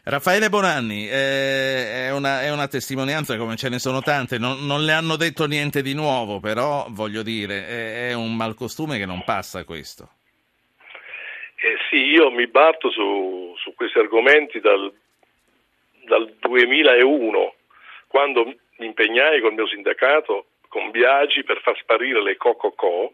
Raffaele Bonanni, è una testimonianza come ce ne sono tante, non le hanno detto niente di nuovo, però voglio dire, è un malcostume che non passa questo. Sì, io mi batto su questi argomenti dal 2001, quando mi impegnai col mio sindacato con Biagi per far sparire le Co.co.co,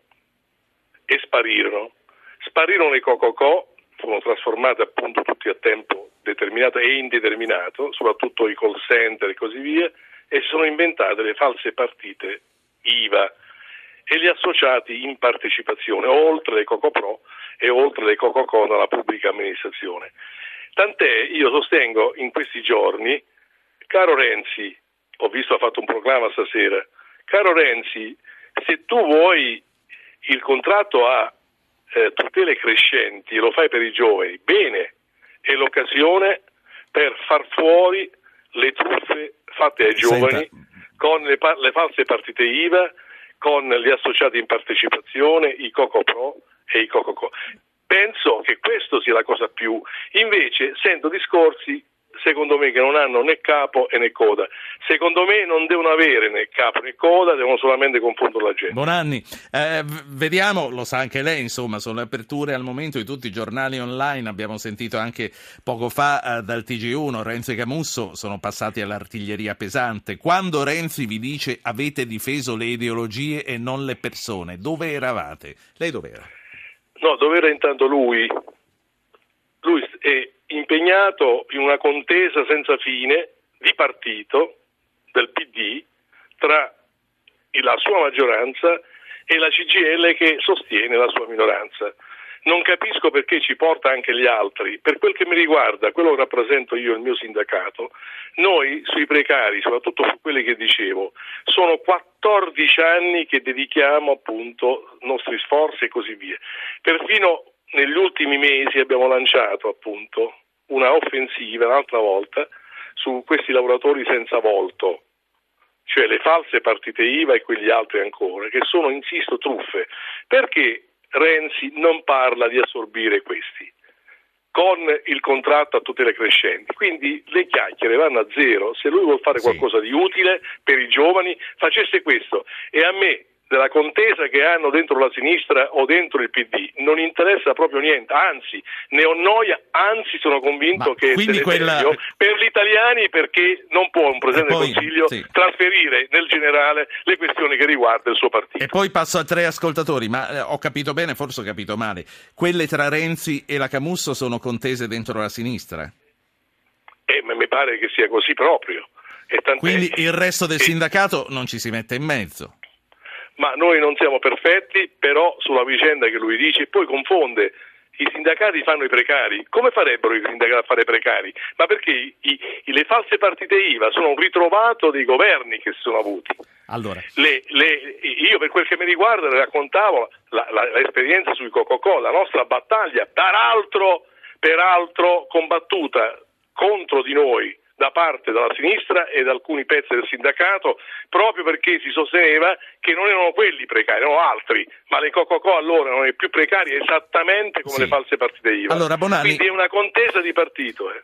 e sparirono le Co.co.co, furono trasformate appunto tutti a tempo determinato e indeterminato, soprattutto i call center e così via, e si sono inventate le false partite IVA e gli associati in partecipazione, oltre le Co.co.pro e oltre le Co.co.co dalla pubblica amministrazione. Tant'è, io sostengo in questi giorni, caro Renzi, ho visto ha fatto un proclama stasera, caro Renzi, se tu vuoi il contratto a tutele crescenti e lo fai per i giovani, bene, è l'occasione per far fuori le truffe fatte ai giovani con le false partite IVA, con gli associati in partecipazione, i Co.co.pro e i Co.co.co. Penso che questo sia la cosa più. Invece sento discorsi, secondo me, che non hanno né capo né coda. Secondo me non devono avere né capo né coda, devono solamente confondere la gente. Bonanni, vediamo, lo sa anche lei, insomma, sono le aperture al momento di tutti i giornali online, abbiamo sentito anche poco fa dal TG1, Renzi e Camusso sono passati all'artiglieria pesante. Quando Renzi vi dice avete difeso le ideologie e non le persone, dove eravate? Lei dov'era? No, dov'era intanto lui? Lui è impegnato in una contesa senza fine di partito del PD tra la sua maggioranza e la CGIL che sostiene la sua minoranza. Non capisco perché ci porta anche gli altri. Per quel che mi riguarda, quello che rappresento io, il mio sindacato, noi sui precari, soprattutto su quelli che dicevo, sono 14 anni che dedichiamo appunto nostri sforzi e così via. Perfino negli ultimi mesi abbiamo lanciato appunto una offensiva, un'altra volta, su questi lavoratori senza volto, cioè le false partite IVA e quegli altri ancora, che sono, insisto, truffe. Perché Renzi non parla di assorbire questi con il contratto a tutele crescenti? Quindi le chiacchiere vanno a zero. Se lui vuol fare qualcosa di utile per i giovani, facesse questo. E a me della contesa che hanno dentro la sinistra o dentro il PD non interessa proprio niente, anzi ne ho noia, anzi sono convinto che è deleterio per gli italiani, perché non può un Presidente del Consiglio trasferire nel generale le questioni che riguardano il suo partito. E poi passo a 3 ascoltatori, ma ho capito bene, forse ho capito male, quelle tra Renzi e la Camusso sono contese dentro la sinistra? Ma mi pare che sia così proprio. Quindi il resto del sindacato non ci si mette in mezzo? Ma noi non siamo perfetti, però sulla vicenda che lui dice, poi confonde, i sindacati fanno i precari. Come farebbero i sindacati a fare precari? Ma perché le false partite IVA sono un ritrovato dei governi che si sono avuti. Allora. Io per quel che mi riguarda le raccontavo l'esperienza sui Co.co.co, la nostra battaglia, peraltro combattuta contro di noi da parte della sinistra e da alcuni pezzi del sindacato, proprio perché si sosteneva che non erano quelli precari, erano altri, ma le Co.co.co allora erano le più precarie esattamente come le false partite IVA. Allora, Bonanni, quindi è una contesa di partito.